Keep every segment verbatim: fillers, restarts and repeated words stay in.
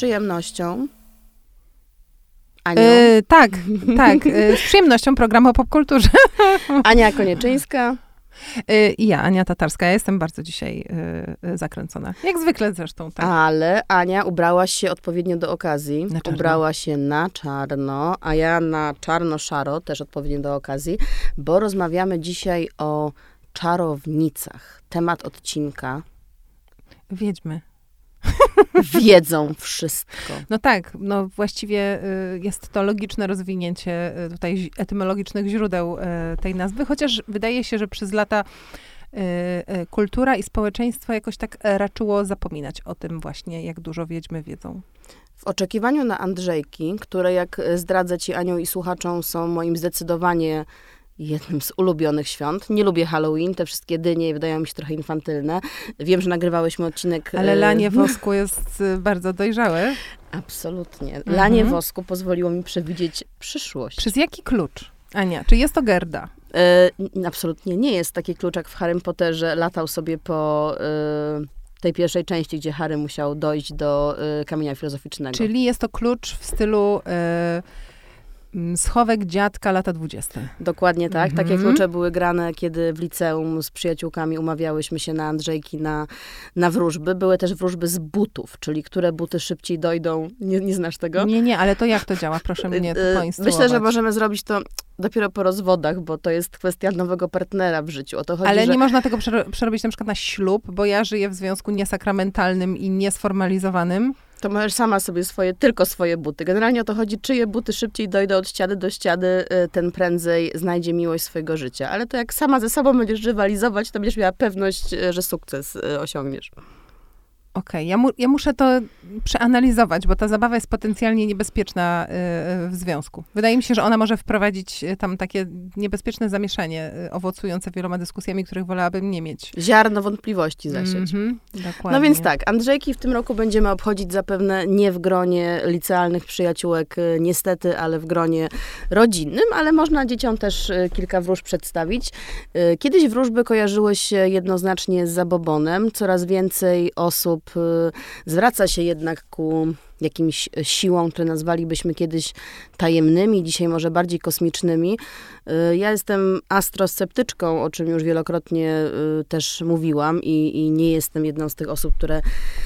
przyjemnością. Aniu. Yy, tak, tak. Yy, z przyjemnością program o popkulturze. Ania Konieczyńska. Yy, I ja, Ania Tatarska. Ja jestem bardzo dzisiaj yy, zakręcona. Jak zwykle zresztą, tak. Ale Ania ubrała się odpowiednio do okazji. Ubrała się na czarno, a ja na czarno-szaro, też odpowiednio do okazji, bo rozmawiamy dzisiaj o czarownicach. Temat odcinka. Wiedźmy. Wiedzą wszystko. No tak, no właściwie y, jest to logiczne rozwinięcie y, tutaj etymologicznych źródeł y, tej nazwy, chociaż wydaje się, że przez lata y, y, kultura i społeczeństwo jakoś tak raczyło zapominać o tym właśnie, jak dużo wiedźmy wiedzą. W oczekiwaniu na Andrzejki, które jak zdradzę ci, Aniu, i słuchaczom, są moim zdecydowanie jednym z ulubionych świąt. Nie lubię Halloween, te wszystkie dynie wydają mi się trochę infantylne. Wiem, że nagrywałyśmy odcinek... Ale lanie wosku jest bardzo dojrzałe. Absolutnie. Mhm. Lanie wosku pozwoliło mi przewidzieć przyszłość. Przez jaki klucz? Ania, czy jest to Gerda? Y, absolutnie nie jest taki klucz, jak w Harrym Potterze latał sobie po... Y, tej pierwszej części, gdzie Harry musiał dojść do y, kamienia filozoficznego. Czyli jest to klucz w stylu... Y, schowek dziadka lata dwudzieste. Dokładnie tak. Mhm. Takie klucze były grane, kiedy w liceum z przyjaciółkami umawiałyśmy się na Andrzejki, na, na wróżby. Były też wróżby z butów, czyli które buty szybciej dojdą. Nie, nie znasz tego? Nie, nie, ale to jak to działa? Proszę mnie poinstruować. Myślę, że możemy zrobić to dopiero po rozwodach, bo to jest kwestia nowego partnera w życiu. O to chodzi, ale że... nie można tego przerobić na przykład na ślub, bo ja żyję w związku niesakramentalnym i niesformalizowanym. To możesz sama sobie swoje, tylko swoje buty. Generalnie o to chodzi, czyje buty szybciej dojdą od ściany do ściany, ten prędzej znajdzie miłość swojego życia. Ale to jak sama ze sobą będziesz rywalizować, to będziesz miała pewność, że sukces osiągniesz. Okej, okay. ja, mu, ja muszę to przeanalizować, bo ta zabawa jest potencjalnie niebezpieczna y, w związku. Wydaje mi się, że ona może wprowadzić tam takie niebezpieczne zamieszanie, y, owocujące wieloma dyskusjami, których wolałabym nie mieć. Ziarno wątpliwości zasieć. Mm-hmm, dokładnie. No więc tak, Andrzejki w tym roku będziemy obchodzić zapewne nie w gronie licealnych przyjaciółek, y, niestety, ale w gronie rodzinnym, ale można dzieciom też y, kilka wróżb przedstawić. Y, kiedyś wróżby kojarzyły się jednoznacznie z zabobonem. Coraz więcej osób zwraca się jednak ku jakimś siłom, które nazwalibyśmy kiedyś tajemnymi, dzisiaj może bardziej kosmicznymi. Ja jestem astrosceptyczką, o czym już wielokrotnie też mówiłam i, i nie jestem jedną z tych osób, które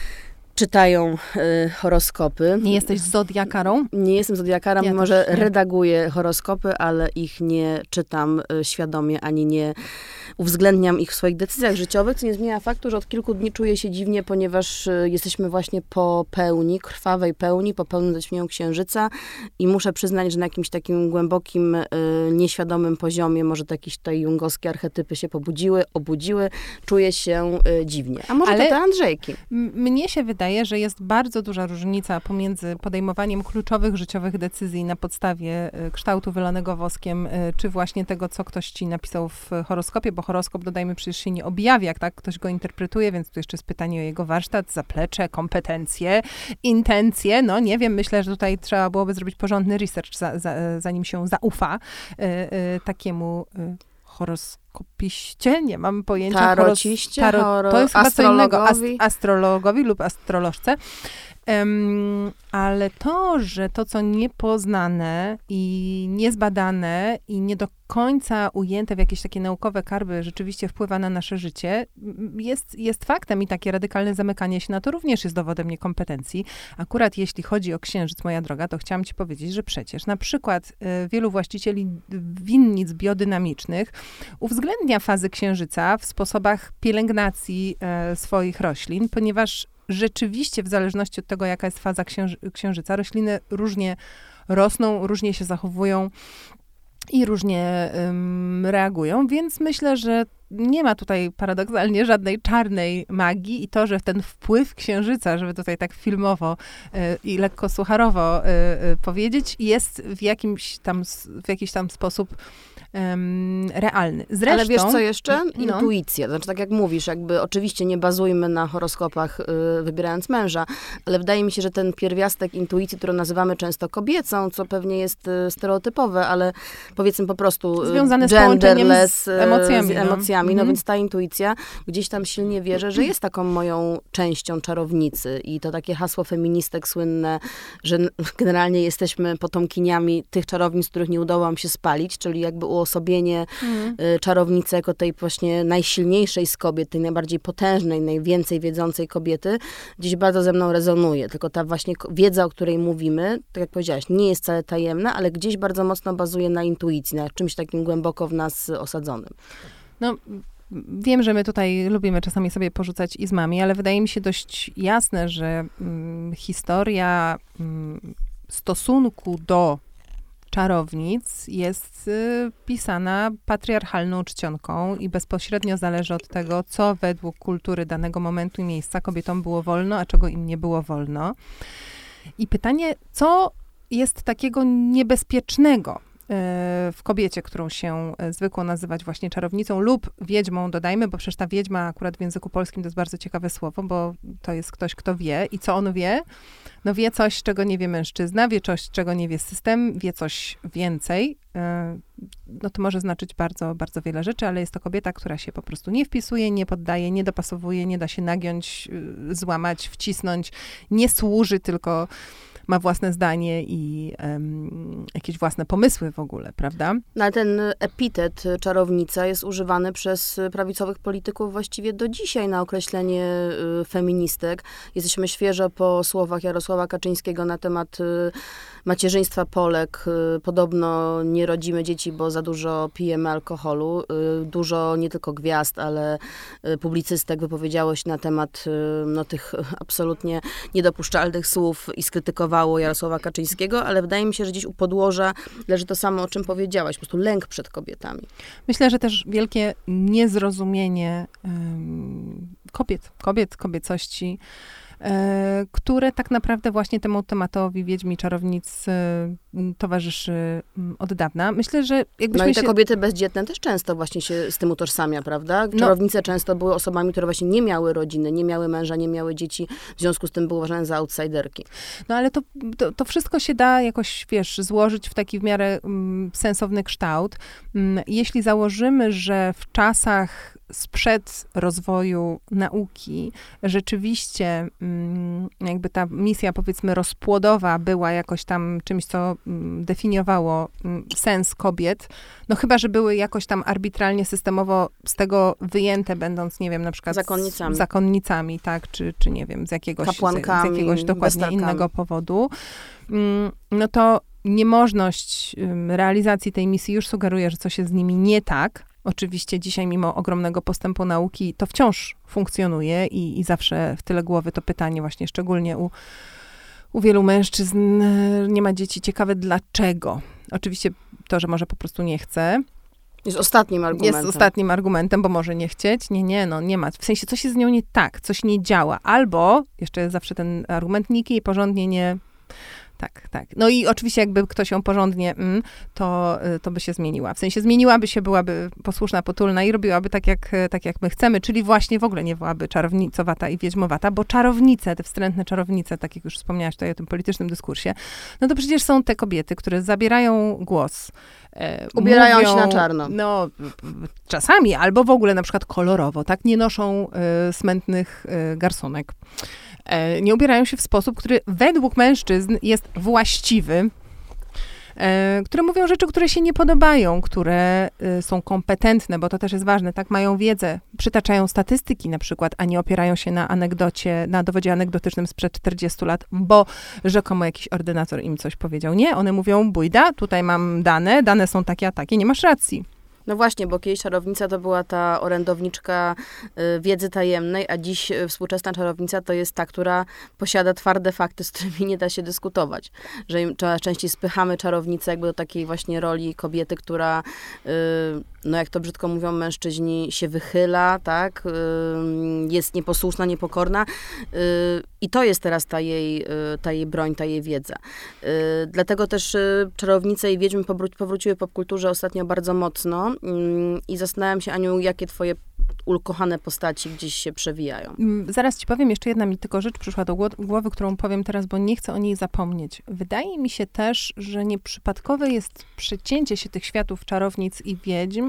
czytają y, horoskopy. Nie jesteś zodiakarą? Nie jestem zodiakarą, ja mimo że redaguję horoskopy, ale ich nie czytam y, świadomie, ani nie uwzględniam ich w swoich decyzjach życiowych, co nie zmienia faktu, że od kilku dni czuję się dziwnie, ponieważ y, jesteśmy właśnie po pełni, krwawej pełni, po pełnym zaćmieniu księżyca i muszę przyznać, że na jakimś takim głębokim, y, nieświadomym poziomie, może to jakieś tutaj jungowskie archetypy się pobudziły, obudziły, czuję się y, dziwnie. A może ale to te Andrzejki? M- mnie się wydaje, że jest bardzo duża różnica pomiędzy podejmowaniem kluczowych życiowych decyzji na podstawie y, kształtu wylanego woskiem, y, czy właśnie tego, co ktoś ci napisał w horoskopie, bo horoskop, dodajmy, przecież się nie objawia, jak tak ktoś go interpretuje, więc tu jeszcze jest pytanie o jego warsztat, zaplecze, kompetencje, intencje. No nie wiem, myślę, że tutaj trzeba byłoby zrobić porządny research, za, za, zanim się zaufa y, y, takiemu y, horoskopiście, nie mam pojęcia. Tarociście, Horos, taro, horo, to jest chyba co innego, ast, astrologowi lub astrolożce. Um, ale to, że to, co niepoznane i niezbadane i nie do końca ujęte w jakieś takie naukowe karby rzeczywiście wpływa na nasze życie, jest, jest faktem i takie radykalne zamykanie się na to również jest dowodem niekompetencji. Akurat jeśli chodzi o księżyc, moja droga, to chciałam ci powiedzieć, że przecież na przykład y, wielu właścicieli winnic biodynamicznych uwzględnia fazy księżyca w sposobach pielęgnacji y, swoich roślin, ponieważ rzeczywiście w zależności od tego, jaka jest faza księży- księżyca, rośliny różnie rosną, różnie się zachowują i różnie um, reagują, więc myślę, że nie ma tutaj paradoksalnie żadnej czarnej magii i to, że ten wpływ księżyca, żeby tutaj tak filmowo y, i lekko sucharowo y, y, powiedzieć, jest w jakimś tam, w jakiś tam sposób um, realny. Zresztą, ale wiesz co jeszcze? No. Intuicja. Znaczy tak jak mówisz, jakby oczywiście nie bazujmy na horoskopach y, wybierając męża, ale wydaje mi się, że ten pierwiastek intuicji, którą nazywamy często kobiecą, co pewnie jest y, stereotypowe, ale powiedzmy po prostu y, związane z genderless, z emocjami. Z emocjami. No, no więc ta intuicja, gdzieś tam silnie wierzę, że jest taką moją częścią czarownicy i to takie hasło feministek słynne, że generalnie jesteśmy potomkiniami tych czarownic, których nie udało nam się spalić, czyli jakby uosobienie mm. czarownicy jako tej właśnie najsilniejszej z kobiet, tej najbardziej potężnej, najwięcej wiedzącej kobiety, gdzieś bardzo ze mną rezonuje. Tylko ta właśnie wiedza, o której mówimy, tak jak powiedziałaś, nie jest wcale tajemna, ale gdzieś bardzo mocno bazuje na intuicji, na czymś takim głęboko w nas osadzonym. No, wiem, że my tutaj lubimy czasami sobie porzucać izmami, ale wydaje mi się dość jasne, że mm, historia mm, stosunku do czarownic jest y, pisana patriarchalną czcionką i bezpośrednio zależy od tego, co według kultury danego momentu i miejsca kobietom było wolno, a czego im nie było wolno. I pytanie, co jest takiego niebezpiecznego w kobiecie, którą się zwykło nazywać właśnie czarownicą lub wiedźmą, dodajmy, bo przecież ta wiedźma akurat w języku polskim to jest bardzo ciekawe słowo, bo to jest ktoś, kto wie. I co on wie? No wie coś, czego nie wie mężczyzna, wie coś, czego nie wie system, wie coś więcej. No to może znaczyć bardzo, bardzo wiele rzeczy, ale jest to kobieta, która się po prostu nie wpisuje, nie poddaje, nie dopasowuje, nie da się nagiąć, złamać, wcisnąć, nie służy, tylko ma własne zdanie i um, jakieś własne pomysły w ogóle, prawda? No ale ten epitet czarownica jest używany przez prawicowych polityków właściwie do dzisiaj na określenie y, feministek. Jesteśmy świeżo po słowach Jarosława Kaczyńskiego na temat y, macierzyństwa Polek. Y, podobno nie rodzimy dzieci, bo za dużo pijemy alkoholu. Y, dużo nie tylko gwiazd, ale y, publicystek wypowiedziało się na temat y, no, tych absolutnie niedopuszczalnych słów i skrytykowało Jarosława Kaczyńskiego, ale wydaje mi się, że gdzieś u podłoża leży to samo, o czym powiedziałaś, po prostu lęk przed kobietami. Myślę, że też wielkie niezrozumienie um, kobiet, kobiet, kobiecości, e, które tak naprawdę właśnie temu tematowi Wiedźmi Czarownic e, towarzyszy od dawna. Myślę, że jakbyśmy No i te się... kobiety bezdzietne też często właśnie się z tym utożsamia, prawda? Czarownice no. często były osobami, które właśnie nie miały rodziny, nie miały męża, nie miały dzieci, w związku z tym były uważane za outsiderki. No ale to, to, to wszystko się da jakoś, wiesz, złożyć w taki w miarę um, sensowny kształt. Um, jeśli założymy, że w czasach sprzed rozwoju nauki rzeczywiście um, jakby ta misja, powiedzmy, rozpłodowa była jakoś tam czymś, co um, definiowało um, sens kobiet, no chyba, że były jakoś tam arbitralnie, systemowo z tego wyjęte, będąc, nie wiem, na przykład zakonnicami, z, zakonnicami, tak, czy, czy nie wiem, z jakiegoś, kapłankami, z, z jakiegoś dokładnie bestarkami. innego powodu, um, no to niemożność um, realizacji tej misji już sugeruje, że coś jest z nimi nie tak. Oczywiście dzisiaj, mimo ogromnego postępu nauki, to wciąż funkcjonuje i, i zawsze w tyle głowy to pytanie właśnie, szczególnie u, u wielu mężczyzn, nie ma dzieci. Ciekawe dlaczego. Oczywiście to, że może po prostu nie chce. Jest ostatnim argumentem. Jest ostatnim argumentem, bo może nie chcieć. Nie, nie, no nie ma. W sensie coś jest z nią nie tak, coś nie działa. Albo, jeszcze jest zawsze ten argument, nikt jej porządnie nie... Tak, tak. No i oczywiście jakby ktoś ją porządnie, mm, to, to by się zmieniła. W sensie zmieniłaby się, byłaby posłuszna, potulna i robiłaby tak jak, tak, jak my chcemy, czyli właśnie w ogóle nie byłaby czarownicowata i wiedźmowata, bo czarownice, te wstrętne czarownice, tak jak już wspomniałaś tutaj o tym politycznym dyskursie, no to przecież są te kobiety, które zabierają głos. E, Ubierają mówią, się na czarno. No, czasami, albo w ogóle na przykład kolorowo, tak? Nie noszą e, smętnych e, garsonek. Nie ubierają się w sposób, który według mężczyzn jest właściwy, e, które mówią rzeczy, które się nie podobają, które e, są kompetentne, bo to też jest ważne, tak, mają wiedzę, przytaczają statystyki na przykład, a nie opierają się na anegdocie, na dowodzie anegdotycznym sprzed czterdziestu lat, bo rzekomo jakiś ordynator im coś powiedział. Nie, one mówią, bójda, tutaj mam dane, dane są takie a takie, nie masz racji. No właśnie, bo kiedyś czarownica to była ta orędowniczka y, wiedzy tajemnej, a dziś y, współczesna czarownica to jest ta, która posiada twarde fakty, z którymi nie da się dyskutować. Że im, coraz częściej spychamy czarownicę jakby do takiej właśnie roli kobiety, która, y, no jak to brzydko mówią mężczyźni, się wychyla, tak, y, jest nieposłuszna, niepokorna y, i to jest teraz ta jej, y, ta jej broń, ta jej wiedza. Y, dlatego też y, czarownice i wiedźmy powró- powróciły w popkulturze ostatnio bardzo mocno y, i zastanawiam się, Aniu, jakie twoje ukochane postaci gdzieś się przewijają. Zaraz ci powiem, jeszcze jedna mi tylko rzecz przyszła do głowy, którą powiem teraz, bo nie chcę o niej zapomnieć. Wydaje mi się też, że nieprzypadkowe jest przecięcie się tych światów czarownic i wiedźm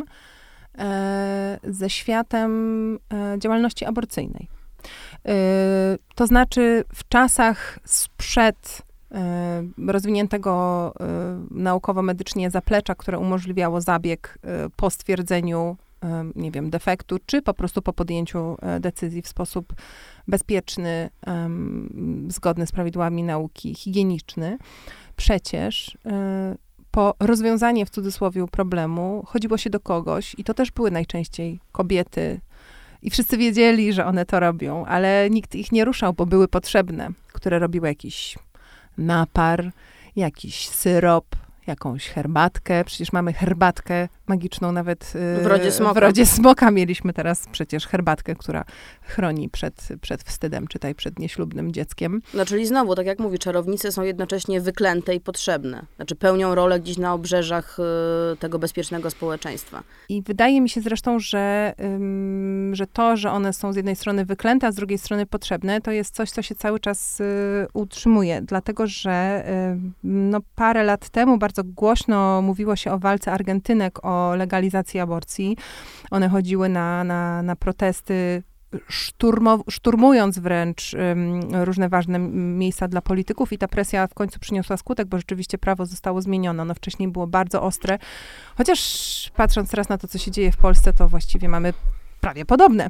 e, ze światem e, działalności aborcyjnej. E, to znaczy w czasach sprzed e, rozwiniętego e, naukowo-medycznie zaplecza, które umożliwiało zabieg e, po stwierdzeniu nie wiem, defektu, czy po prostu po podjęciu decyzji w sposób bezpieczny, um, zgodny z prawidłami nauki, higieniczny. Przecież y, po rozwiązanie w cudzysłowie problemu chodziło się do kogoś i to też były najczęściej kobiety i wszyscy wiedzieli, że one to robią, ale nikt ich nie ruszał, bo były potrzebne, które robiły jakiś napar, jakiś syrop, jakąś herbatkę. Przecież mamy herbatkę magiczną nawet w rodzie smoka. W rodzie smoka mieliśmy teraz przecież herbatkę, która chroni przed, przed wstydem, czytaj przed nieślubnym dzieckiem. No czyli znowu, tak jak mówi, czarownice są jednocześnie wyklęte i potrzebne. Znaczy pełnią rolę gdzieś na obrzeżach y, tego bezpiecznego społeczeństwa. I wydaje mi się zresztą, że, ym, że to, że one są z jednej strony wyklęte, a z drugiej strony potrzebne, to jest coś, co się cały czas y, utrzymuje. Dlatego, że y, no, parę lat temu bardzo głośno mówiło się o walce Argentynek o legalizacji aborcji. One chodziły na, na, na protesty, szturmo, szturmując wręcz um, różne ważne miejsca dla polityków i ta presja w końcu przyniosła skutek, bo rzeczywiście prawo zostało zmienione. Ono wcześniej było bardzo ostre, chociaż patrząc teraz na to, co się dzieje w Polsce, to właściwie mamy prawie podobne.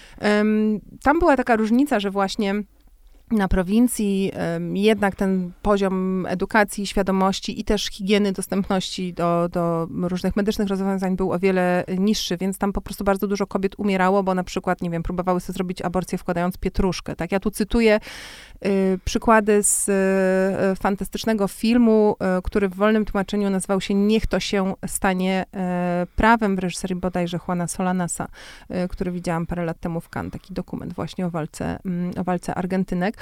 Um, tam była taka różnica, że właśnie na prowincji um, jednak ten poziom edukacji, świadomości i też higieny, dostępności do, do różnych medycznych rozwiązań był o wiele niższy, więc tam po prostu bardzo dużo kobiet umierało, bo na przykład, nie wiem, próbowały sobie zrobić aborcję wkładając pietruszkę. Tak, ja tu cytuję y, przykłady z y, fantastycznego filmu, y, który w wolnym tłumaczeniu nazywał się Niech to się stanie y, prawem, w reżyserii bodajże Juana Solanasa, y, który widziałam parę lat temu w Cannes, taki dokument właśnie o walce, y, o walce Argentynek.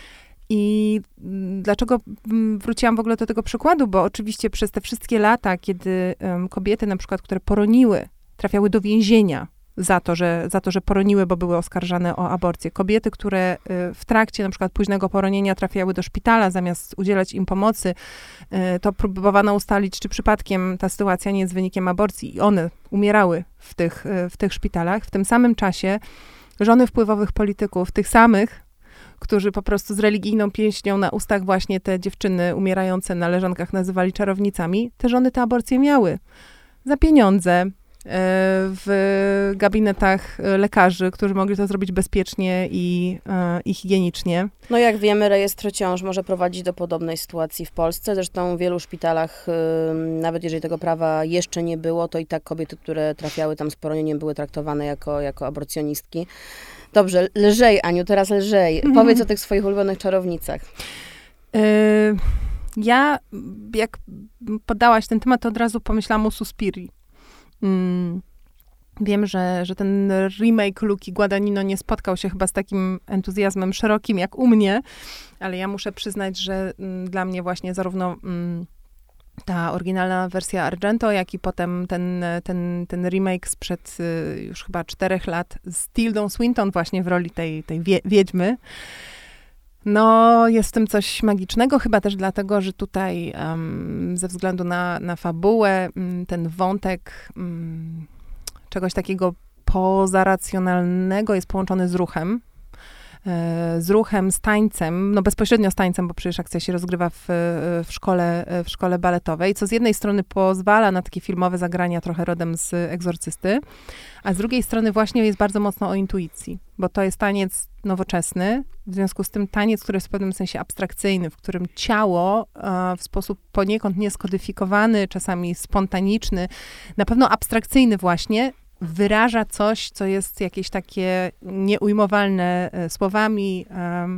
I dlaczego wróciłam w ogóle do tego przykładu? Bo oczywiście przez te wszystkie lata, kiedy um, kobiety na przykład, które poroniły, trafiały do więzienia za to, że, za to, że poroniły, bo były oskarżane o aborcję. Kobiety, które y, w trakcie na przykład późnego poronienia trafiały do szpitala, zamiast udzielać im pomocy, y, to próbowano ustalić, czy przypadkiem ta sytuacja nie jest wynikiem aborcji i one umierały w tych, y, w tych szpitalach. W tym samym czasie żony wpływowych polityków, tych samych, którzy po prostu z religijną pieśnią na ustach właśnie te dziewczyny umierające na leżankach nazywali czarownicami, te żony te aborcje miały za pieniądze w gabinetach lekarzy, którzy mogli to zrobić bezpiecznie i, i higienicznie. No jak wiemy, rejestr ciąż może prowadzić do podobnej sytuacji w Polsce. Zresztą w wielu szpitalach, nawet jeżeli tego prawa jeszcze nie było, to i tak kobiety, które trafiały tam z poronieniem, były traktowane jako, jako aborcjonistki. Dobrze, lżej, Aniu, teraz lżej. Mm. Powiedz o tych swoich ulubionych czarownicach. Yy, ja, jak podałaś ten temat, to od razu pomyślałam o Suspirii. Mm. Wiem, że, że ten remake Luki Guadagnino nie spotkał się chyba z takim entuzjazmem szerokim jak u mnie, ale ja muszę przyznać, że mm, dla mnie właśnie zarówno mm, ta oryginalna wersja Argento, jak i potem ten, ten, ten remake sprzed y, już chyba czterech lat z Tildą Swinton właśnie w roli tej, tej wie, wiedźmy. No, jest w tym coś magicznego, chyba też dlatego, że tutaj um, ze względu na, na fabułę um, ten wątek um, czegoś takiego pozaracjonalnego jest połączony z ruchem. z ruchem, z tańcem, no bezpośrednio z tańcem, bo przecież akcja się rozgrywa w, w, szkole, w szkole baletowej, co z jednej strony pozwala na takie filmowe zagrania trochę rodem z Egzorcysty, a z drugiej strony właśnie jest bardzo mocno o intuicji, bo to jest taniec nowoczesny, w związku z tym taniec, który jest w pewnym sensie abstrakcyjny, w którym ciało e, w sposób poniekąd nieskodyfikowany, czasami spontaniczny, na pewno abstrakcyjny właśnie, wyraża coś, co jest jakieś takie nieujmowalne e, słowami, e,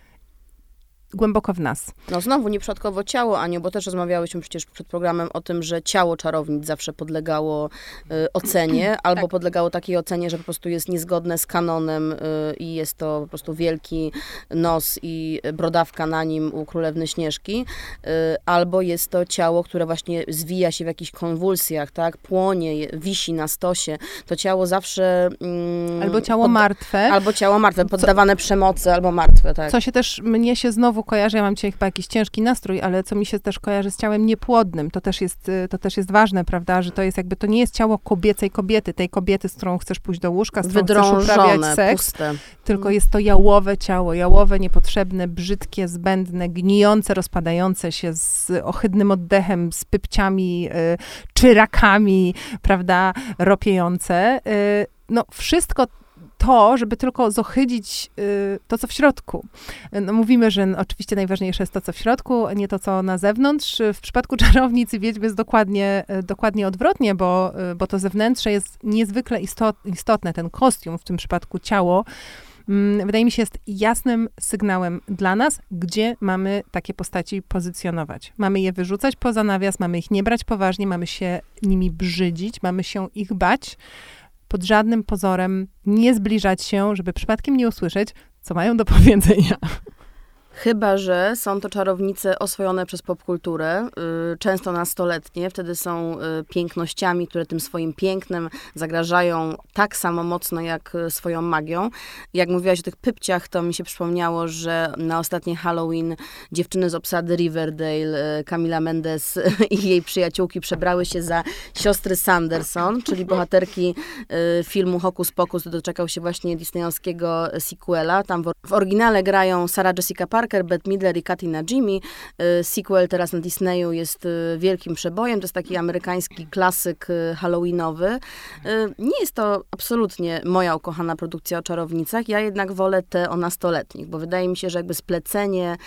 głęboko w nas. No znowu, nieprzypadkowo ciało, Aniu, bo też rozmawiałyśmy przecież przed programem o tym, że ciało czarownic zawsze podlegało y, ocenie, albo tak. podlegało takiej ocenie, że po prostu jest niezgodne z kanonem y, i jest to po prostu wielki nos i brodawka na nim u Królewny Śnieżki, y, albo jest to ciało, które właśnie zwija się w jakichś konwulsjach, tak, płonie, wisi na stosie. To ciało zawsze... Mm, albo ciało podda- martwe. Albo ciało martwe, poddawane co, przemocy, albo martwe, tak. Co się też, mnie się znowu kojarzy, ja mam dzisiaj chyba jakiś ciężki nastrój, ale co mi się też kojarzy z ciałem niepłodnym, to też jest, to też jest ważne, prawda, że to jest jakby, to nie jest ciało kobiecej kobiety, tej kobiety, z którą chcesz pójść do łóżka, z którą chcesz uprawiać seks, puste. Tylko jest to jałowe ciało, jałowe, niepotrzebne, brzydkie, zbędne, gnijące, rozpadające się z ohydnym oddechem, z pypciami, y, czy rakami, prawda, ropiejące. Y, no wszystko to, żeby tylko zohydzić y, to, co w środku. No, mówimy, że no, oczywiście najważniejsze jest to, co w środku, nie to, co na zewnątrz. W przypadku czarownic i wiedźmy jest dokładnie, y, dokładnie odwrotnie, bo, y, bo to zewnętrzne jest niezwykle istot, istotne. Ten kostium, w tym przypadku ciało, y, wydaje mi się, jest jasnym sygnałem dla nas, gdzie mamy takie postaci pozycjonować. Mamy je wyrzucać poza nawias, mamy ich nie brać poważnie, mamy się nimi brzydzić, mamy się ich bać, pod żadnym pozorem nie zbliżać się, żeby przypadkiem nie usłyszeć, co mają do powiedzenia. Chyba że są to czarownice oswojone przez popkulturę, y, często nastoletnie, wtedy są y, pięknościami, które tym swoim pięknem zagrażają tak samo mocno, jak y, swoją magią. Jak mówiłaś o tych pypciach, to mi się przypomniało, że na ostatnie Halloween dziewczyny z obsady Riverdale, y, Camila Mendes i jej przyjaciółki przebrały się za siostry Sanderson, czyli bohaterki y, filmu Hokus Pokus, który doczekał się właśnie disneyowskiego sequela. Tam w, w oryginale grają Sarah Jessica Parker, Bette Midler i Katy Najimy. Sequel teraz na Disneyu jest wielkim przebojem. To jest taki amerykański klasyk halloweenowy. Nie jest to absolutnie moja ukochana produkcja o czarownicach. Ja jednak wolę te o nastoletnich, bo wydaje mi się, że jakby splecenie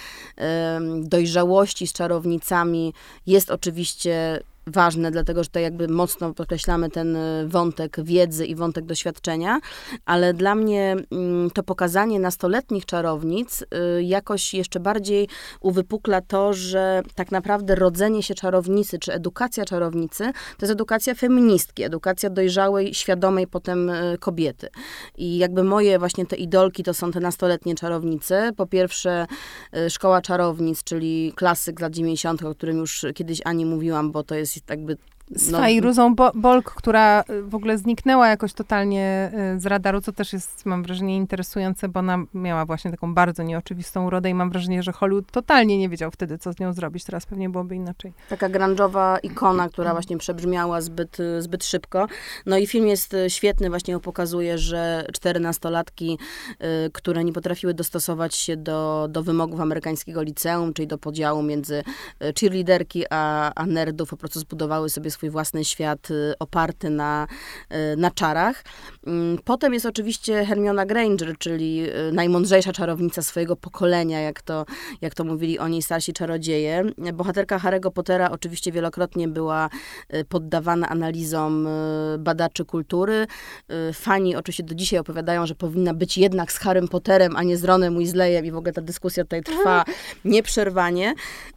dojrzałości z czarownicami jest oczywiście ważne, dlatego, że tutaj jakby mocno podkreślamy ten wątek wiedzy i wątek doświadczenia, ale dla mnie to pokazanie nastoletnich czarownic jakoś jeszcze bardziej uwypukla to, że tak naprawdę rodzenie się czarownicy, czy edukacja czarownicy, to jest edukacja feministki, edukacja dojrzałej, świadomej potem kobiety. I jakby moje właśnie te idolki to są te nastoletnie czarownice. Po pierwsze Szkoła Czarownic, czyli klasyk lat dziewięćdziesiątych, o którym już kiedyś Ani mówiłam, bo to jest jakby... Z no, Fairuzą Bolk, która w ogóle zniknęła jakoś totalnie z radaru, co też jest, mam wrażenie, interesujące, bo ona miała właśnie taką bardzo nieoczywistą urodę i mam wrażenie, że Hollywood totalnie nie wiedział wtedy, co z nią zrobić. Teraz pewnie byłoby inaczej. Taka grunge'owa ikona, która właśnie przebrzmiała zbyt, zbyt szybko. No i film jest świetny, właśnie pokazuje, że cztery nastolatki, y, które nie potrafiły dostosować się do, do wymogów amerykańskiego liceum, czyli do podziału między cheerleaderki a, a nerdów, po prostu zbudowały sobie swój własny świat oparty na, na czarach. Potem jest oczywiście Hermiona Granger, czyli najmądrzejsza czarownica swojego pokolenia, jak to, jak to mówili o niej starsi czarodzieje. Bohaterka Harry'ego Pottera oczywiście wielokrotnie była poddawana analizom badaczy kultury. Fani oczywiście do dzisiaj opowiadają, że powinna być jednak z Harrym Potterem, a nie z Ronem Weasleyem i w ogóle ta dyskusja tutaj trwa nieprzerwanie.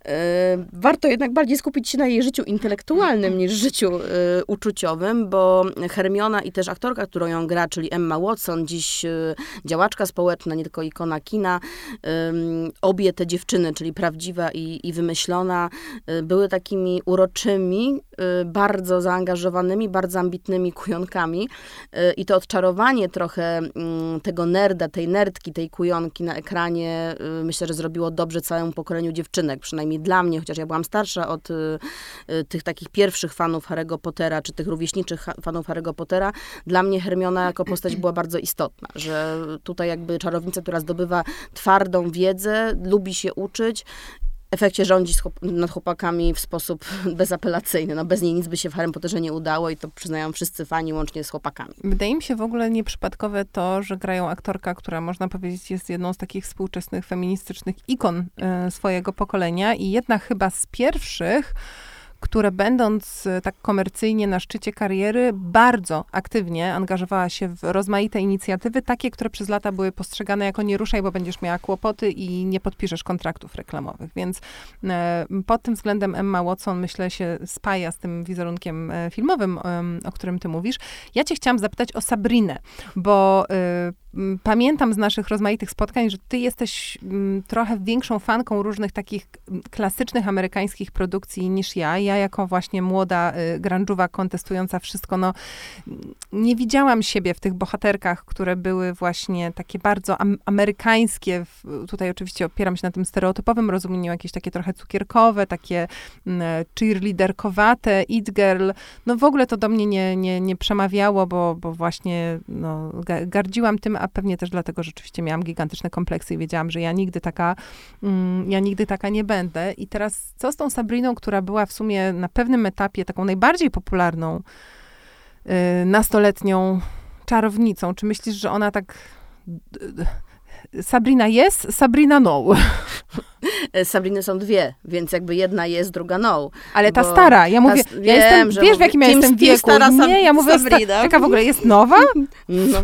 Warto jednak bardziej skupić się na jej życiu intelektualnym niż życiu y, uczuciowym, bo Hermiona i też aktorka, którą ją gra, czyli Emma Watson, dziś y, działaczka społeczna, nie tylko ikona kina, y, obie te dziewczyny, czyli prawdziwa i, i wymyślona, y, były takimi uroczymi, y, bardzo zaangażowanymi, bardzo ambitnymi kujonkami y, i to odczarowanie trochę y, tego nerda, tej nerdki, tej kujonki na ekranie, y, myślę, że zrobiło dobrze całemu pokoleniu dziewczynek, przynajmniej dla mnie, chociaż ja byłam starsza od y, y, tych takich pierwszych fanów Harry'ego Pottera, czy tych rówieśniczych fanów Harry'ego Pottera, dla mnie Hermiona jako postać była bardzo istotna, że tutaj jakby czarownica, która zdobywa twardą wiedzę, lubi się uczyć, w efekcie rządzi nad chłopakami w sposób bezapelacyjny. No bez niej nic by się w Harrym Potterze nie udało i to przyznają wszyscy fani, łącznie z chłopakami. Wydaje mi się w ogóle nieprzypadkowe to, że grają aktorka, która można powiedzieć jest jedną z takich współczesnych feministycznych ikon y, swojego pokolenia i jedna chyba z pierwszych, które będąc tak komercyjnie na szczycie kariery, bardzo aktywnie angażowała się w rozmaite inicjatywy, takie, które przez lata były postrzegane jako nie ruszaj, bo będziesz miała kłopoty i nie podpiszesz kontraktów reklamowych. Więc e, pod tym względem Emma Watson, myślę, się spaja z tym wizerunkiem e, filmowym, e, o którym ty mówisz. Ja cię chciałam zapytać o Sabrinę, bo e, pamiętam z naszych rozmaitych spotkań, że ty jesteś m, trochę większą fanką różnych takich klasycznych amerykańskich produkcji niż ja. Ja jako właśnie młoda y, grunge'owa kontestująca wszystko, no nie widziałam siebie w tych bohaterkach, które były właśnie takie bardzo am- amerykańskie. W, tutaj oczywiście opieram się na tym stereotypowym rozumieniu, jakieś takie trochę cukierkowe, takie mm, cheerleaderkowate, it girl. No w ogóle to do mnie nie, nie, nie przemawiało, bo, bo właśnie no, ga- gardziłam tym, a pewnie też dlatego, że rzeczywiście miałam gigantyczne kompleksy i wiedziałam, że ja nigdy taka, mm, ja nigdy taka nie będę. I teraz co z tą Sabriną, która była w sumie na pewnym etapie taką najbardziej popularną y, nastoletnią czarownicą? Czy myślisz, że ona tak... Sabrina jest, Sabrina no. Sabriny są dwie, więc jakby jedna jest, druga no. Ale ta stara, ja mówię, ta, ja wiem, jestem, że wiesz w jakim ja team, jestem team wieku? Stara Nie, ja mówię, Sabrina. Sta- taka w ogóle jest nowa? No.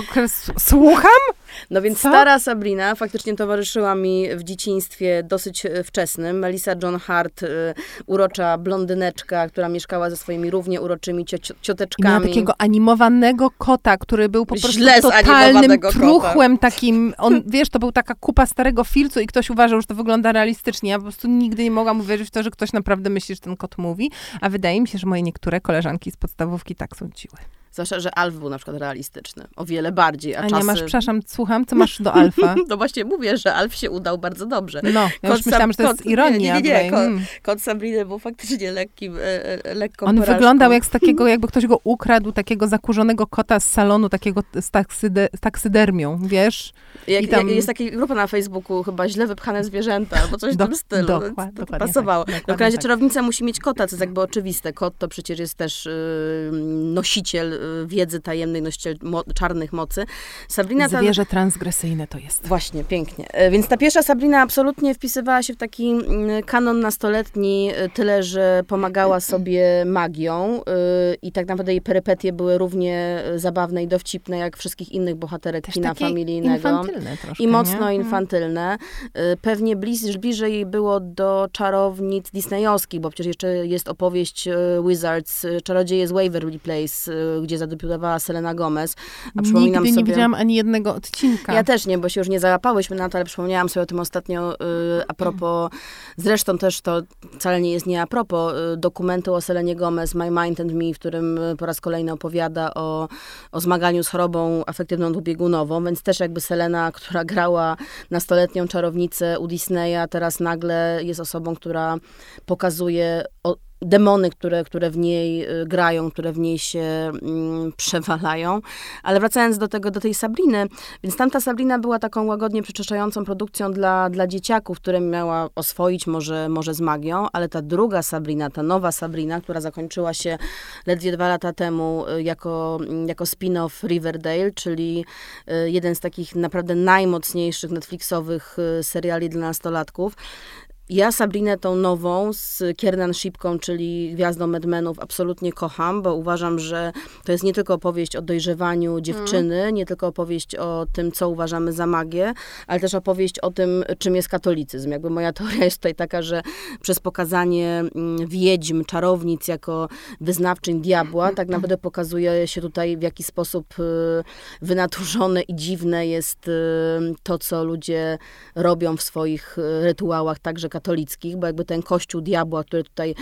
Słucham? No więc Co? Stara Sabrina faktycznie towarzyszyła mi w dzieciństwie dosyć wczesnym. Melissa Joan Hart, y, urocza blondyneczka, która mieszkała ze swoimi równie uroczymi cio- cioteczkami. I miała takiego animowanego kota, który był po prostu Źle totalnym truchłem takim. On, wiesz, to był taka kupa starego filcu i ktoś uważał, że to wygląda realistycznie. Ja po prostu nigdy nie mogłam uwierzyć w to, że ktoś naprawdę myśli, że ten kot mówi. A wydaje mi się, że moje niektóre koleżanki z podstawówki tak sądziły. Zwłaszcza, że Alf był na przykład realistyczny. O wiele bardziej. A, a czasy... nie masz, przepraszam, słucham, co masz do Alfa? No właśnie mówię, że Alf się udał bardzo dobrze. No, ja już myślałam, że to jest ironia. Nie, nie, nie. Kot, kot Sabriny był faktycznie lekkim, e, lekką On porażką. wyglądał jak z takiego, jakby ktoś go ukradł, takiego zakurzonego kota z salonu, takiego z, taksyde, z taksydermią, wiesz? Jak, tam... Jest taka grupa na Facebooku, chyba źle wypchane zwierzęta, albo coś Do, w tym stylu. Dokład, to, to dokładnie pasowało. Tak, w każdym razie tak. czarownica musi mieć kota, co jest jakby oczywiste. Kot to przecież jest też y, nosiciel y, wiedzy tajemnej, nosiciel mo- czarnych mocy. Sabrina ta... Zwierzę transgresyjne to jest. Właśnie, pięknie. Więc ta pierwsza Sabrina absolutnie wpisywała się w taki kanon nastoletni, tyle, że pomagała sobie magią i tak naprawdę jej perypetie były równie zabawne i dowcipne, jak wszystkich innych bohaterek też kina familijnego. Infantylne troszkę, I mocno nie? infantylne. Pewnie bliż, bliżej było do czarownic disneyowskich, bo przecież jeszcze jest opowieść Wizards, Czarodzieje z Waverly Place, gdzie zadebiutowała Selena Gomez. A przypominam Nigdy sobie... nie widziałam ani jednego odcinka. Ja też nie, bo się już nie załapałyśmy na to, ale przypomniałam sobie o tym ostatnio y, a propos, zresztą też to wcale nie jest nie a propos, y, dokumentu o Selenie Gomez, My Mind and Me, w którym po raz kolejny opowiada o, o zmaganiu z chorobą afektywną dwubiegunową, więc też jakby Selena, która grała nastoletnią czarownicę u Disneya, teraz nagle jest osobą, która pokazuje o, demony, które, które w niej grają, które w niej się mm, przewalają. Ale wracając do tego, do tej Sabriny, więc tamta Sabrina była taką łagodnie przyczyszczającą produkcją dla, dla dzieciaków, które miała oswoić może, może z magią, ale ta druga Sabrina, ta nowa Sabrina, która zakończyła się ledwie dwa lata temu jako, jako spin-off Riverdale, czyli jeden z takich naprawdę najmocniejszych Netflixowych seriali dla nastolatków. Ja Sabrinę tą nową z Kiernan Shipką, czyli gwiazdą Mad Menów, absolutnie kocham, bo uważam, że to jest nie tylko opowieść o dojrzewaniu dziewczyny, mm. nie tylko opowieść o tym, co uważamy za magię, ale też opowieść o tym, czym jest katolicyzm. Jakby moja teoria jest tutaj taka, że przez pokazanie wiedźm, czarownic jako wyznawczyń diabła, tak naprawdę pokazuje się tutaj, w jaki sposób wynaturzone i dziwne jest to, co ludzie robią w swoich rytuałach, także katolickie, katolickich, bo jakby ten kościół diabła, który tutaj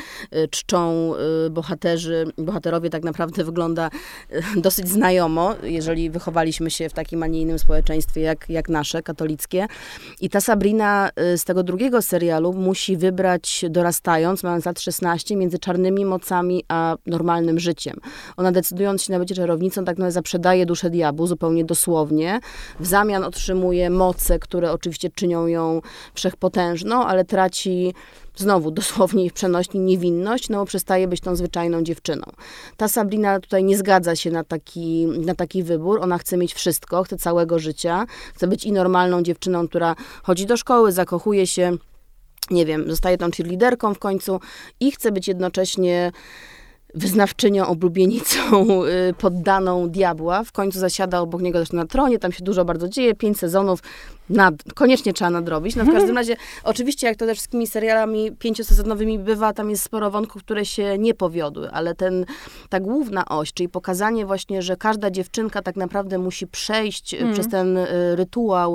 czczą bohaterzy, bohaterowie, tak naprawdę wygląda dosyć znajomo, jeżeli wychowaliśmy się w takim, a nie innym społeczeństwie jak, jak nasze, katolickie. I ta Sabrina z tego drugiego serialu musi wybrać, dorastając, mając lat szesnaście, między czarnymi mocami a normalnym życiem. Ona, decydując się na bycie czarownicą, tak naprawdę zaprzedaje duszę diabłu, zupełnie dosłownie. W zamian otrzymuje moce, które oczywiście czynią ją wszechpotężną, ale traci znowu dosłownie i przenośni niewinność, no bo przestaje być tą zwyczajną dziewczyną. Ta Sabrina tutaj nie zgadza się na taki, na taki wybór. Ona chce mieć wszystko, chce całego życia. Chce być i normalną dziewczyną, która chodzi do szkoły, zakochuje się, nie wiem, zostaje tą cheerleaderką w końcu i chce być jednocześnie wyznawczynią, oblubienicą, poddaną diabła. W końcu zasiada obok niego też na tronie, tam się dużo bardzo dzieje, pięć sezonów, nad, koniecznie trzeba nadrobić. No w każdym razie, oczywiście jak to ze wszystkimi serialami pięciosezonowymi bywa, tam jest sporo wątków, które się nie powiodły, ale ten, ta główna oś, czyli pokazanie właśnie, że każda dziewczynka tak naprawdę musi przejść mm. przez ten y, rytuał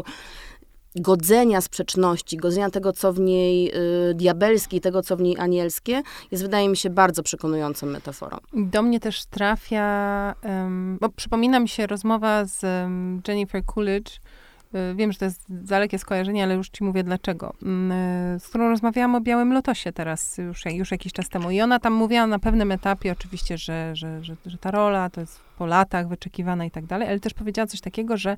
godzenia sprzeczności, godzenia tego, co w niej y, diabelskie i tego, co w niej anielskie, jest, wydaje mi się, bardzo przekonującą metaforą. Do mnie też trafia, um, bo przypomina mi się rozmowa z um, Jennifer Coolidge. Y, wiem, że to jest dalekie skojarzenie, ale już ci mówię dlaczego. Y, z którą rozmawiałam o Białym Lotosie teraz, już, już jakiś czas temu. I ona tam mówiła na pewnym etapie oczywiście, że, że, że, że ta rola to jest po latach wyczekiwana i tak dalej, ale też powiedziała coś takiego, że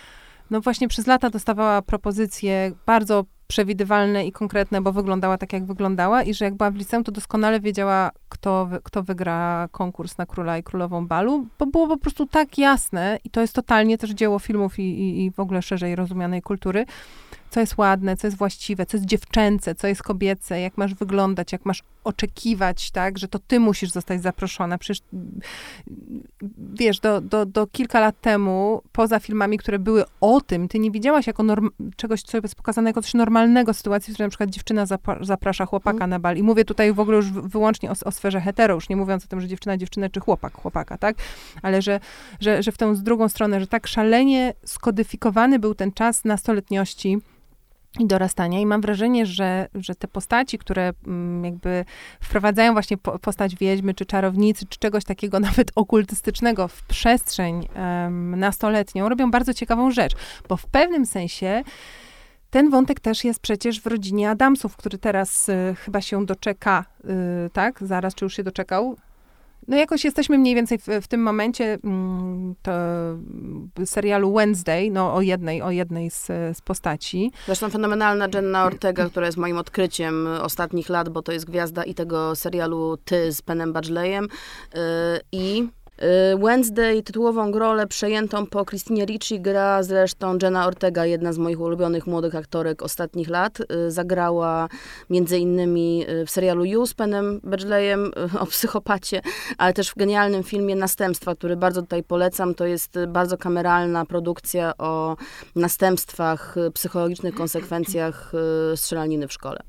no właśnie przez lata dostawała propozycje bardzo przewidywalne i konkretne, bo wyglądała tak, jak wyglądała i że jak była w liceum, to doskonale wiedziała, kto, wy, kto wygra konkurs na Króla i Królową Balu, bo było po prostu tak jasne i to jest totalnie też dzieło filmów i, i, i w ogóle szerzej rozumianej kultury, co jest ładne, co jest właściwe, co jest dziewczęce, co jest kobiece, jak masz wyglądać, jak masz oczekiwać, tak, że to ty musisz zostać zaproszona. Przecież, wiesz, do, do, do kilka lat temu, poza filmami, które były o tym, ty nie widziałaś jako norm- czegoś, co jest pokazane jako coś normalnego, sytuacji, w której na przykład dziewczyna zap- zaprasza chłopaka mm. na bal. I mówię tutaj w ogóle już w, wyłącznie o, o sferze hetero, już nie mówiąc o tym, że dziewczyna dziewczynę, czy chłopak chłopaka, tak? Ale że, że, że w tę z drugą stronę, że tak szalenie skodyfikowany był ten czas nastoletniości i dorastania. I mam wrażenie, że, że te postaci, które mm, jakby wprowadzają właśnie po, postać wiedźmy, czy czarownicy, czy czegoś takiego nawet okultystycznego w przestrzeń um, nastoletnią, robią bardzo ciekawą rzecz, bo w pewnym sensie ten wątek też jest przecież w rodzinie Adamsów, który teraz y, chyba się doczeka, y, tak? Zaraz, czy już się doczekał? No jakoś jesteśmy mniej więcej w, w tym momencie mm, to serialu Wednesday, no o jednej, o jednej z, z postaci. Zresztą fenomenalna Jenna Ortega, która jest moim odkryciem ostatnich lat, bo to jest gwiazda i tego serialu Ty z Pennem Badgleyem yy, i Wednesday, tytułową rolę przejętą po Christinie Ricci gra zresztą Jenna Ortega, jedna z moich ulubionych młodych aktorek ostatnich lat. Zagrała między innymi w serialu You z Pennem Badgleyem o psychopacie, ale też w genialnym filmie Następstwa, który bardzo tutaj polecam. To jest bardzo kameralna produkcja o następstwach, psychologicznych konsekwencjach strzelaniny w szkole.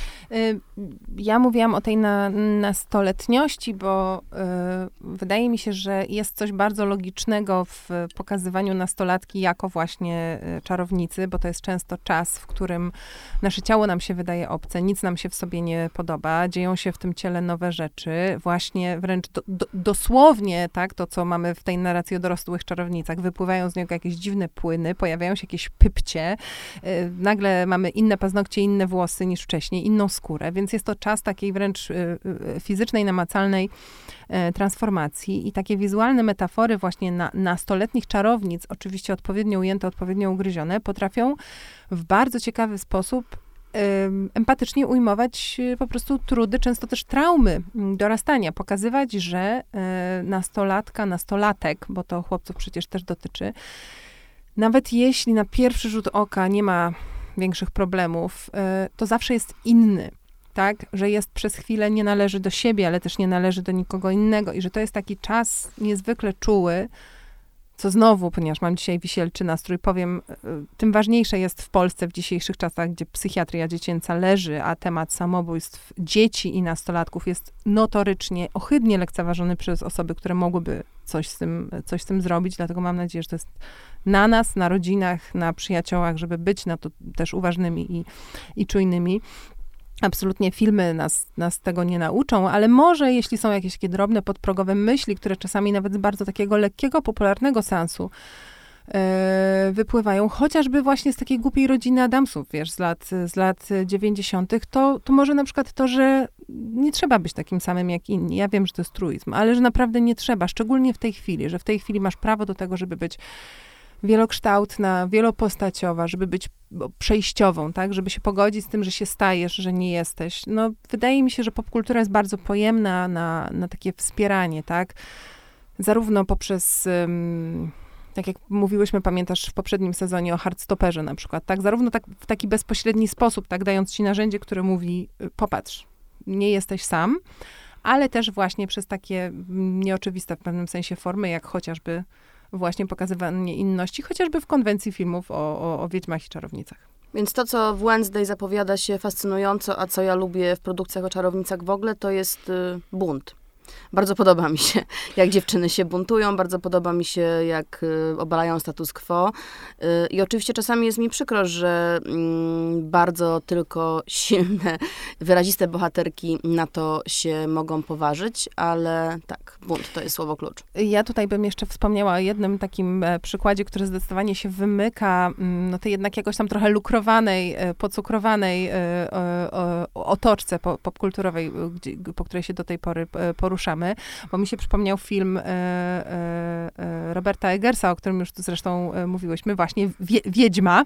Ja mówiłam o tej na, nastoletniości, bo y, wydaje mi się, że jest coś bardzo logicznego w pokazywaniu nastolatki jako właśnie y, czarownicy, bo to jest często czas, w którym nasze ciało nam się wydaje obce, nic nam się w sobie nie podoba, dzieją się w tym ciele nowe rzeczy, właśnie wręcz do, do, dosłownie, tak, to co mamy w tej narracji o dorosłych czarownicach, wypływają z niego jakieś dziwne płyny, pojawiają się jakieś pypcie, y, nagle mamy inne paznokcie, inne włosy niż wcześniej, inną skórę, więc jest to czas takiej wręcz y, y, fizycznej, namacalnej y, transformacji i takie wizualne metafory właśnie na, nastoletnich czarownic, oczywiście odpowiednio ujęte, odpowiednio ugryzione, potrafią w bardzo ciekawy sposób y, empatycznie ujmować y, po prostu trudy, często też traumy y, dorastania, pokazywać, że y, nastolatka, nastolatek, bo to chłopców przecież też dotyczy, nawet jeśli na pierwszy rzut oka nie ma większych problemów, to zawsze jest inny, tak? Że jest przez chwilę, nie należy do siebie, ale też nie należy do nikogo innego i że to jest taki czas niezwykle czuły, co znowu, ponieważ mam dzisiaj wisielczy nastrój, powiem, tym ważniejsze jest w Polsce w dzisiejszych czasach, gdzie psychiatria dziecięca leży, a temat samobójstw dzieci i nastolatków jest notorycznie, ohydnie lekceważony przez osoby, które mogłyby coś z tym, coś z tym zrobić, dlatego mam nadzieję, że to jest na nas, na rodzinach, na przyjaciołach, żeby być na to też uważnymi i, i czujnymi. Absolutnie filmy nas, nas tego nie nauczą, ale może jeśli są jakieś takie drobne, podprogowe myśli, które czasami nawet z bardzo takiego lekkiego, popularnego seansu yy, wypływają, chociażby właśnie z takiej głupiej rodziny Adamsów, wiesz, z lat, z lat dziewięćdziesiątych, to, to może na przykład to, że nie trzeba być takim samym jak inni. Ja wiem, że to jest truizm, ale że naprawdę nie trzeba, szczególnie w tej chwili, że w tej chwili masz prawo do tego, żeby być wielokształtna, wielopostaciowa, żeby być przejściową, tak, żeby się pogodzić z tym, że się stajesz, że nie jesteś. No, wydaje mi się, że popkultura jest bardzo pojemna na, na takie wspieranie, tak, zarówno poprzez, um, tak jak mówiłyśmy, pamiętasz, w poprzednim sezonie o Heartstopperze na przykład, tak, zarówno tak, w taki bezpośredni sposób, tak, dając ci narzędzie, które mówi, popatrz, nie jesteś sam, ale też właśnie przez takie nieoczywiste w pewnym sensie formy, jak chociażby właśnie pokazywanie inności, chociażby w konwencji filmów o, o, o wiedźmach i czarownicach. Więc to, co w Wednesday zapowiada się fascynująco, a co ja lubię w produkcjach o czarownicach w ogóle, to jest y, bunt. Bardzo podoba mi się, jak dziewczyny się buntują, bardzo podoba mi się, jak y, obalają status quo. Y, I oczywiście czasami jest mi przykro, że y, bardzo tylko silne, wyraziste bohaterki na to się mogą poważyć, ale tak, bunt to jest słowo klucz. Ja tutaj bym jeszcze wspomniała o jednym takim e, przykładzie, który zdecydowanie się wymyka, m, no tej jednak jakoś tam trochę lukrowanej, e, pocukrowanej e, e, otoczce po, popkulturowej, gdzie, po której się do tej pory e, poruszamy, bo mi się przypomniał film e, e, Roberta Eggersa, o którym już tu zresztą e, mówiłyśmy, właśnie wie, Wiedźma, e,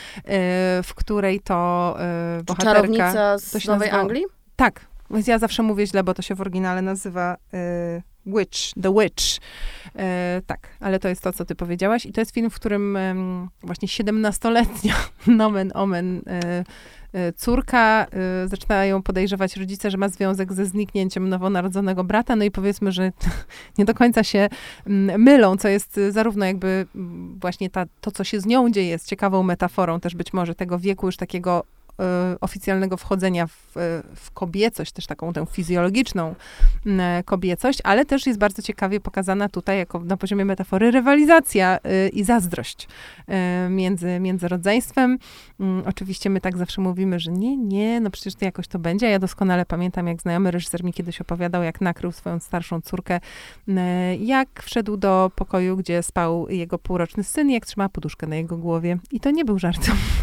w której to e, bohaterka... Czarownica z to Nowej nazywa, Anglii? Tak. Więc ja zawsze mówię źle, bo to się w oryginale nazywa e, Witch, The Witch. E, tak, ale to jest to, co ty powiedziałaś. I to jest film, w którym e, właśnie siedemnastoletnia, nomen omen, e, córka, y, zaczynają podejrzewać rodzice, że ma związek ze zniknięciem nowonarodzonego brata, no i powiedzmy, że nie do końca się mm, mylą, co jest zarówno jakby właśnie ta, to, co się z nią dzieje, jest ciekawą metaforą też być może tego wieku już takiego y, oficjalnego wchodzenia w, w kobiecość, też taką tę fizjologiczną y, kobiecość, ale też jest bardzo ciekawie pokazana tutaj jako na poziomie metafory rywalizacja y, i zazdrość y, między, między rodzeństwem. Y, oczywiście my tak zawsze mówimy, że nie, nie, no przecież to jakoś to będzie. Ja doskonale pamiętam, jak znajomy reżyser mi kiedyś opowiadał, jak nakrył swoją starszą córkę, y, jak wszedł do pokoju, gdzie spał jego półroczny syn, jak trzymała poduszkę na jego głowie. I to nie był żart.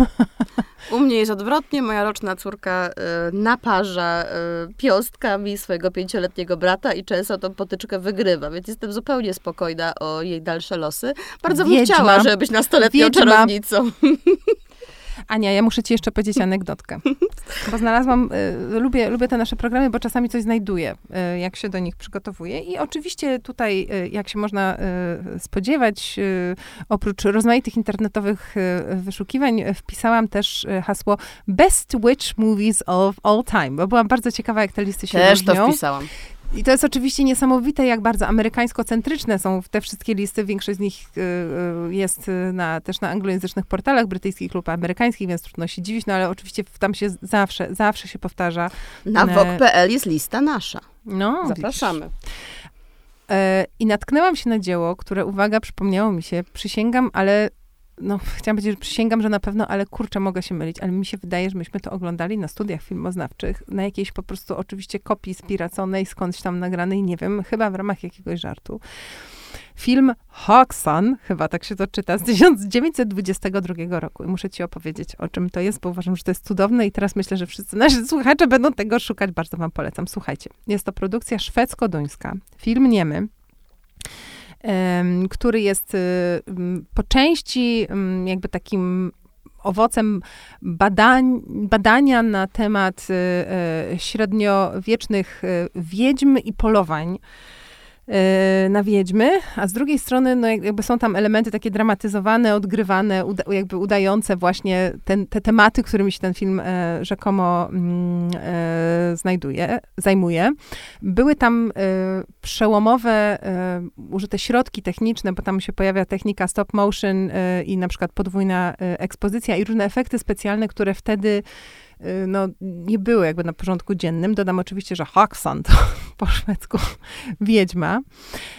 U mnie jest odwrotnie. Moja roczna córka y, naparza y, piąstkami swojego pięcioletniego brata i często tą potyczkę wygrywa, więc jestem zupełnie spokojna o jej dalsze losy. Bardzo bym Wiedźma. chciała, żeby być nastoletnią Wiedźma. czarownicą. Ania, ja muszę ci jeszcze powiedzieć anegdotkę, bo znalazłam, y, lubię, lubię te nasze programy, bo czasami coś znajduję, y, jak się do nich przygotowuję i oczywiście tutaj, y, jak się można y, spodziewać, y, oprócz rozmaitych internetowych y, wyszukiwań, y, wpisałam też y, hasło Best Witch Movies of All Time, bo byłam bardzo ciekawa, jak te listy się Też różnią. to wpisałam. I to jest oczywiście niesamowite, jak bardzo amerykańsko-centryczne są te wszystkie listy. Większość z nich y, y, jest na, też na anglojęzycznych portalach brytyjskich lub amerykańskich, więc trudno się dziwić, no ale oczywiście tam się zawsze, zawsze się powtarza. Na vogue kropka p l jest lista nasza. No, Zapraszamy. Widzisz. I natknęłam się na dzieło, które, uwaga, przypomniało mi się, przysięgam, ale no, chciałam powiedzieć, że przysięgam, że na pewno, ale kurczę, mogę się mylić, ale mi się wydaje, że myśmy to oglądali na studiach filmoznawczych, na jakiejś po prostu oczywiście kopii spiraconej, skądś tam nagranej, nie wiem, chyba w ramach jakiegoś żartu. Film Hawkson, chyba tak się to czyta, z tysiąc dziewięćset dwudziestego drugiego roku. I muszę ci opowiedzieć, o czym to jest, bo uważam, że to jest cudowne i teraz myślę, że wszyscy nasi słuchacze będą tego szukać. Bardzo wam polecam. Słuchajcie, jest to produkcja szwedzko-duńska, film niemy, który jest po części jakby takim owocem badań, badania na temat średniowiecznych wiedźm i polowań na wiedźmy, a z drugiej strony no jakby są tam elementy takie dramatyzowane, odgrywane, uda, jakby udające właśnie ten, te tematy, którymi się ten film e, rzekomo e, znajduje, zajmuje. Były tam e, przełomowe e, użyte środki techniczne, bo tam się pojawia technika stop motion e, i na przykład podwójna e, ekspozycja i różne efekty specjalne, które wtedy no, nie były jakby na porządku dziennym. Dodam oczywiście, że Hawkson to po szwedzku wiedźma.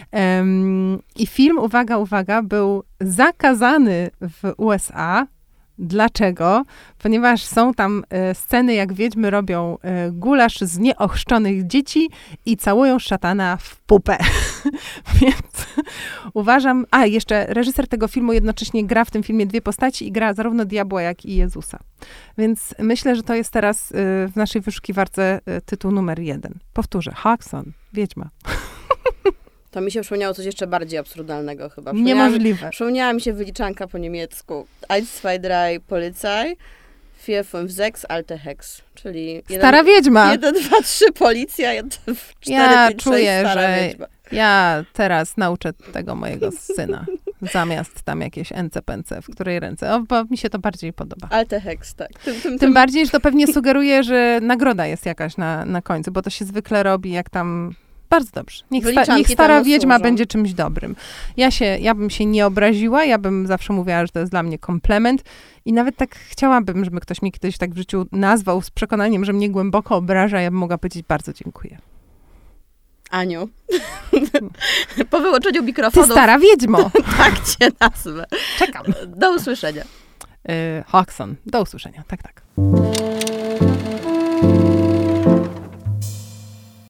Um, I film, uwaga, uwaga, był zakazany w U S A Dlaczego? Ponieważ są tam e, sceny, jak wiedźmy robią e, gulasz z nieochrzczonych dzieci i całują szatana w pupę. Więc uważam... A, jeszcze reżyser tego filmu jednocześnie gra w tym filmie dwie postaci i gra zarówno diabła, jak i Jezusa. Więc myślę, że to jest teraz e, w naszej wyszukiwarce e, tytuł numer jeden. Powtórzę. Hodgson, wiedźma. To mi się przypomniało coś jeszcze bardziej absurdalnego chyba. Niemożliwe. Przypomniała mi się wyliczanka po niemiecku. Eins, zwei, drei, Polizei. Vier, fünf, sechs, alte Hex. Czyli... Stara jeden, wiedźma. Jeden, dwa, trzy, policja. Jeden, cztery, ja pięć, czuję, sześć, stara że wiedźma. ja teraz nauczę tego mojego syna. Zamiast tam jakieś ence-pence, w której ręce. O, bo mi się to bardziej podoba. Alte Hex, tak. Tym, tym, Tym tym... bardziej, że to pewnie sugeruje, że nagroda jest jakaś na, na końcu, bo to się zwykle robi jak tam... Bardzo dobrze. Niech, sta, niech stara wiedźma służą. Będzie czymś dobrym. Ja, się, ja bym się nie obraziła, ja bym zawsze mówiła, że to jest dla mnie komplement i nawet tak chciałabym, żeby ktoś mi kiedyś tak w życiu nazwał z przekonaniem, że mnie głęboko obraża, ja bym mogła powiedzieć bardzo dziękuję. Aniu, po wyłączeniu mikrofonu... Ty stara wiedźmo! Tak cię nazwę. Czekam. Do usłyszenia. Yy, Hodgson. Do usłyszenia. Tak, tak.